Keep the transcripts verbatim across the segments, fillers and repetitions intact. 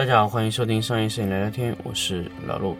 大家好，欢迎收听商业摄影聊聊天，我是老陆。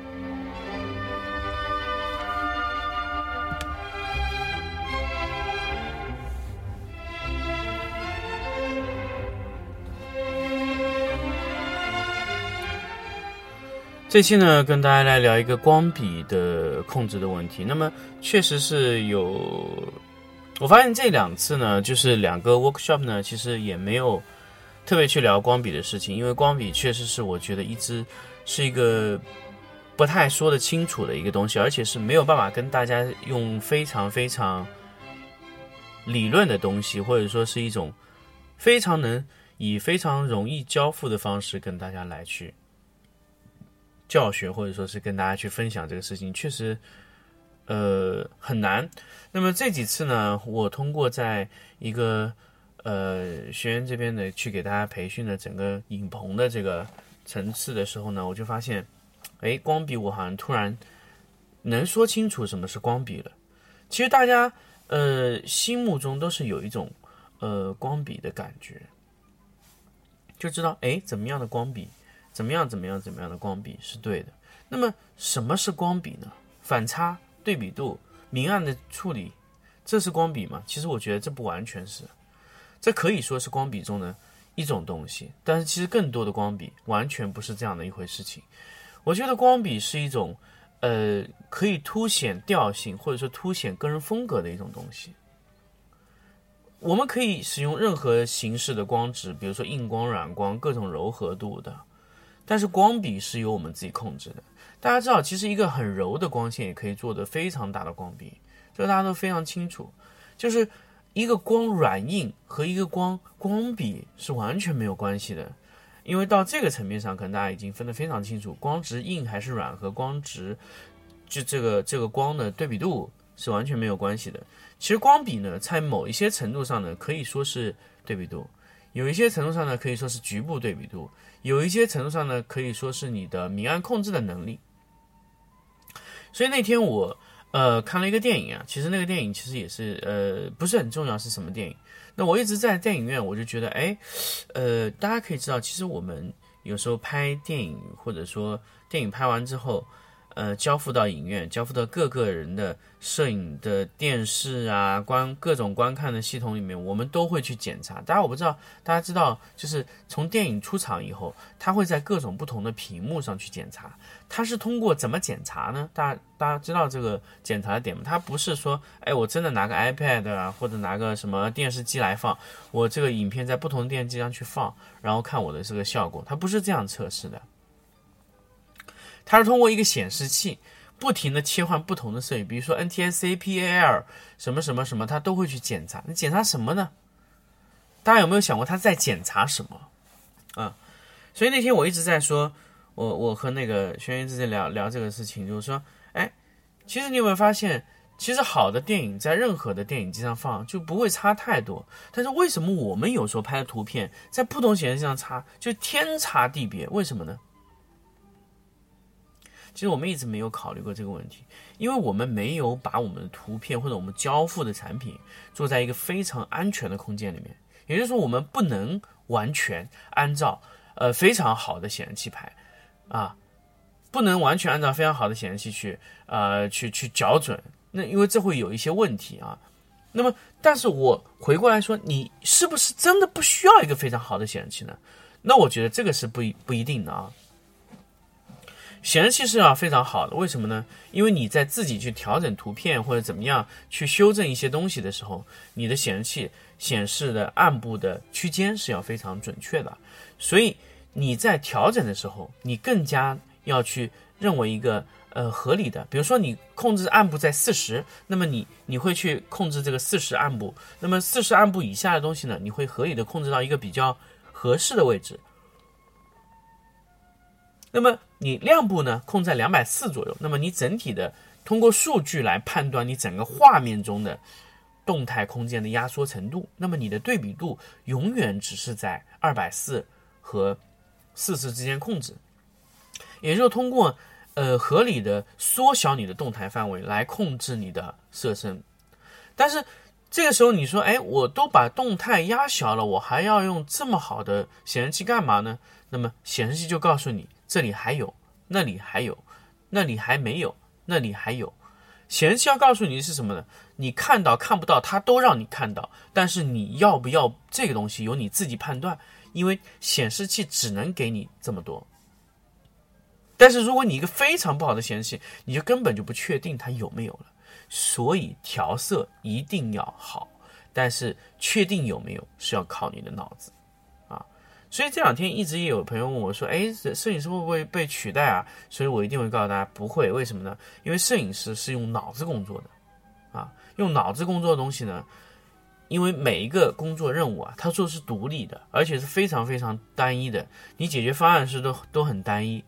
这期呢，跟大家来聊一个光比的控制的问题。那么，确实是有，我发现这两次呢，就是两个 workshop 呢，其实也没有特别去聊光比的事情，因为光比确实是我觉得一直是一个不太说得清楚的一个东西，而且是没有办法跟大家用非常非常理论的东西，或者说是一种非常能以非常容易交付的方式跟大家来去教学，或者说是跟大家去分享这个事情，确实呃很难。那么这几次呢，我通过在一个呃学员这边呢去给大家培训的整个影棚的这个层次的时候呢，我就发现诶光比我好像突然能说清楚什么是光比了。其实大家呃心目中都是有一种呃光比的感觉，就知道诶怎么样的光比怎么样怎么样怎么样的光比是对的。那么什么是光比呢？反差、对比度、明暗的处理，这是光比吗？其实我觉得这不完全是，这可以说是光比中的一种东西，但是其实更多的光比完全不是这样的一回事情。我觉得光比是一种呃可以凸显调性或者说凸显个人风格的一种东西。我们可以使用任何形式的光质，比如说硬光、软光，各种柔和度的，但是光比是由我们自己控制的。大家知道，其实一个很柔的光线也可以做得非常大的光比，这个大家都非常清楚。就是一个光软硬和一个光光比是完全没有关系的，因为到这个层面上，可能大家已经分得非常清楚，光质硬还是软和光质就这个这个光的对比度是完全没有关系的。其实光比呢，在某一些程度上呢，可以说是对比度。有一些程度上呢，可以说是局部对比度；有一些程度上呢，可以说是你的明暗控制的能力。所以那天我呃看了一个电影啊，其实那个电影其实也是呃不是很重要是什么电影。那我一直在电影院，我就觉得哎，呃大家可以知道，其实我们有时候拍电影，或者说电影拍完之后，呃交付到影院，交付到各个人的摄影的电视啊观各种观看的系统里面，我们都会去检查。大家我不知道大家知道，就是从电影出场以后，它会在各种不同的屏幕上去检查。它是通过怎么检查呢？大家大家知道这个检查的点吗？它不是说哎我真的拿个 iPad 啊，或者拿个什么电视机来放，我这个影片在不同的电视机上去放，然后看我的这个效果，它不是这样测试的。它是通过一个显示器不停的切换不同的摄影，比如说 N T S C P A L 什么什么什么，它都会去检查。你检查什么呢？大家有没有想过它在检查什么啊？所以那天我一直在说，我我和那个学员一直在聊聊这个事情，就是说，哎，其实你有没有发现，其实好的电影在任何的电影机上放就不会差太多，但是为什么我们有时候拍的图片在不同显示器上差，就天差地别？为什么呢？其实我们一直没有考虑过这个问题，因为我们没有把我们的图片或者我们交付的产品做在一个非常安全的空间里面，也就是说我们不能完全按照呃非常好的显示器拍啊，不能完全按照非常好的显示器去呃去去校准，那因为这会有一些问题啊。那么但是我回过来说，你是不是真的不需要一个非常好的显示器呢？那我觉得这个是不不一定的啊。显示器是要非常好的，为什么呢？因为你在自己去调整图片或者怎么样去修正一些东西的时候，你的显示器显示的暗部的区间是要非常准确的，所以你在调整的时候，你更加要去认为一个呃合理的，比如说你控制暗部在四十，那么你你会去控制这个四十暗部，那么四十暗部以下的东西呢，你会合理的控制到一个比较合适的位置。那么你亮部呢控在两百四十左右，那么你整体的通过数据来判断你整个画面中的动态空间的压缩程度，那么你的对比度永远只是在二百四十和四十之间控制，也就是通过呃合理的缩小你的动态范围来控制你的色深。但是这个时候你说，哎，我都把动态压小了，我还要用这么好的显示器干嘛呢？那么显示器就告诉你，这里还有，那里还有，那里还没有，那里还有。显示器要告诉你是什么呢？你看到看不到它都让你看到，但是你要不要这个东西由你自己判断，因为显示器只能给你这么多。但是如果你一个非常不好的显示器，你就根本就不确定它有没有了。所以调色一定要好，但是确定有没有是要靠你的脑子啊。所以这两天一直也有朋友问我说，哎，摄影师会不会被取代啊？所以我一定会告诉大家不会。为什么呢？因为摄影师是用脑子工作的啊，用脑子工作的东西呢，因为每一个工作任务啊，它做的是独立的，而且是非常非常单一的，你解决方案是都都很单一。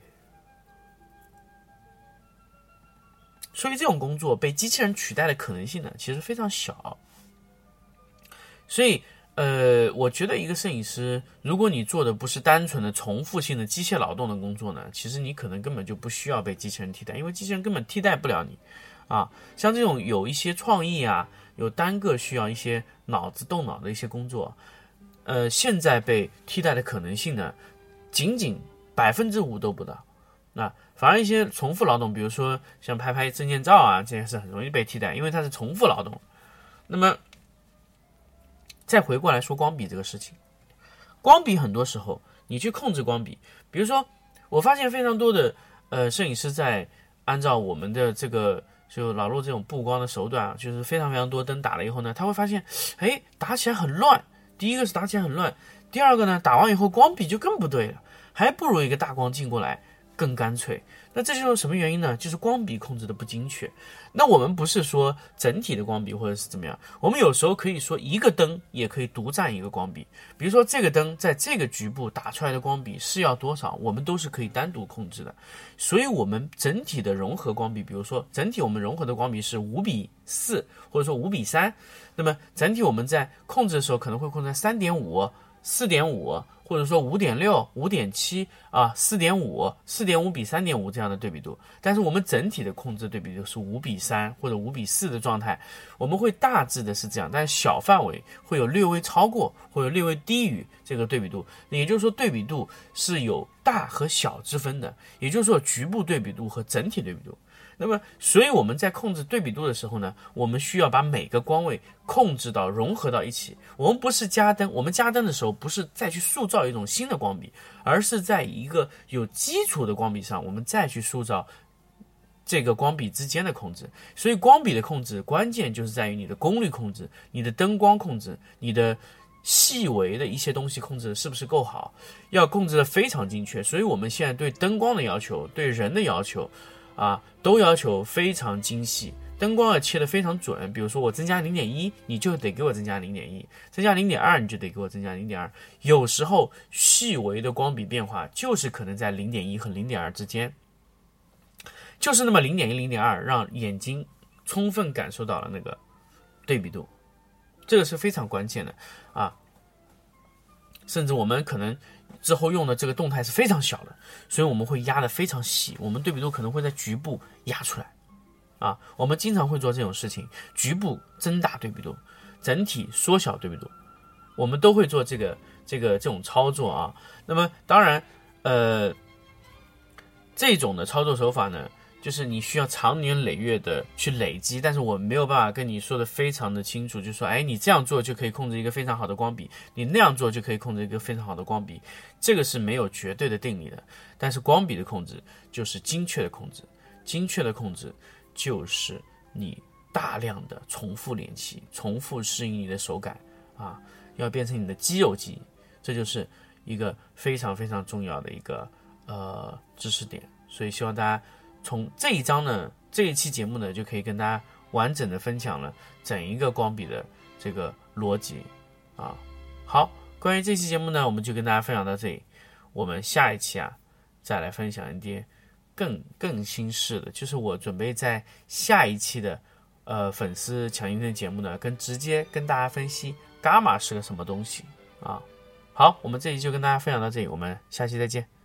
所以这种工作被机器人取代的可能性呢，其实非常小。所以，呃，我觉得一个摄影师，如果你做的不是单纯的重复性的机械劳动的工作呢，其实你可能根本就不需要被机器人替代，因为机器人根本替代不了你。啊，像这种有一些创意啊，有单个需要一些脑子动脑的一些工作，呃，现在被替代的可能性呢，仅仅百分之五都不到。那反而一些重复劳动，比如说像拍拍证件照啊，这些是很容易被替代，因为它是重复劳动。那么再回过来说光比这个事情，光比很多时候你去控制光比，比如说我发现非常多的呃摄影师在按照我们的这个就老陆这种布光的手段啊，就是非常非常多灯打了以后呢，他会发现，哎，打起来很乱。第一个是打起来很乱，第二个呢，打完以后光比就更不对了，还不如一个大光进过来更干脆。那这就是什么原因呢？就是光比控制的不精确。那我们不是说整体的光比或者是怎么样，我们有时候可以说一个灯也可以独占一个光比。比如说这个灯在这个局部打出来的光比是要多少，我们都是可以单独控制的。所以我们整体的融合光比，比如说整体我们融合的光比是五比四或者说五比三，那么整体我们在控制的时候可能会控制在三点五、四点五，或者说五点六、五点七啊、四点五、四点五比三点五这样的对比度。但是我们整体的控制对比度是五比三或者五比四的状态，我们会大致的是这样，但是小范围会有略微超过或者略微低于这个对比度。也就是说对比度是有大和小之分的，也就是说局部对比度和整体对比度。那么所以我们在控制对比度的时候呢，我们需要把每个光位控制到融合到一起。我们不是加灯，我们加灯的时候不是再去塑造一种新的光比，而是在一个有基础的光比上，我们再去塑造这个光比之间的控制。所以光比的控制关键就是在于你的功率控制，你的灯光控制，你的细微的一些东西控制的是不是够好，要控制的非常精确。所以我们现在对灯光的要求，对人的要求啊，都要求非常精细，灯光要切得非常准。比如说我增加 零点一， 你就得给我增加 零点一， 增加 零点二， 你就得给我增加 零点二。 有时候细微的光比变化就是可能在 零点一 和 零点二 之间，就是那么 零点一 零点二 让眼睛充分感受到了那个对比度，这个是非常关键的啊。甚至我们可能之后用的这个动态是非常小的，所以我们会压得非常细，我们对比度可能会在局部压出来啊。我们经常会做这种事情，局部增大对比度，整体缩小对比度，我们都会做这个这个这种操作啊。那么当然呃这种的操作手法呢，就是你需要长年累月的去累积，但是我没有办法跟你说的非常的清楚，就说哎，你这样做就可以控制一个非常好的光比，你那样做就可以控制一个非常好的光比，这个是没有绝对的定理的。但是光比的控制就是精确的控制，精确的控制就是你大量的重复练习，重复适应你的手感啊，要变成你的肌肉记忆，这就是一个非常非常重要的一个呃知识点。所以希望大家从这一章呢，这一期节目呢，就可以跟大家完整的分享了整一个光比的这个逻辑啊。好，关于这期节目呢，我们就跟大家分享到这里。我们下一期啊，再来分享一些更更新式的，就是我准备在下一期的呃粉丝抢音的节目呢，跟直接跟大家分析伽马是个什么东西啊。好，我们这一期就跟大家分享到这里，我们下期再见。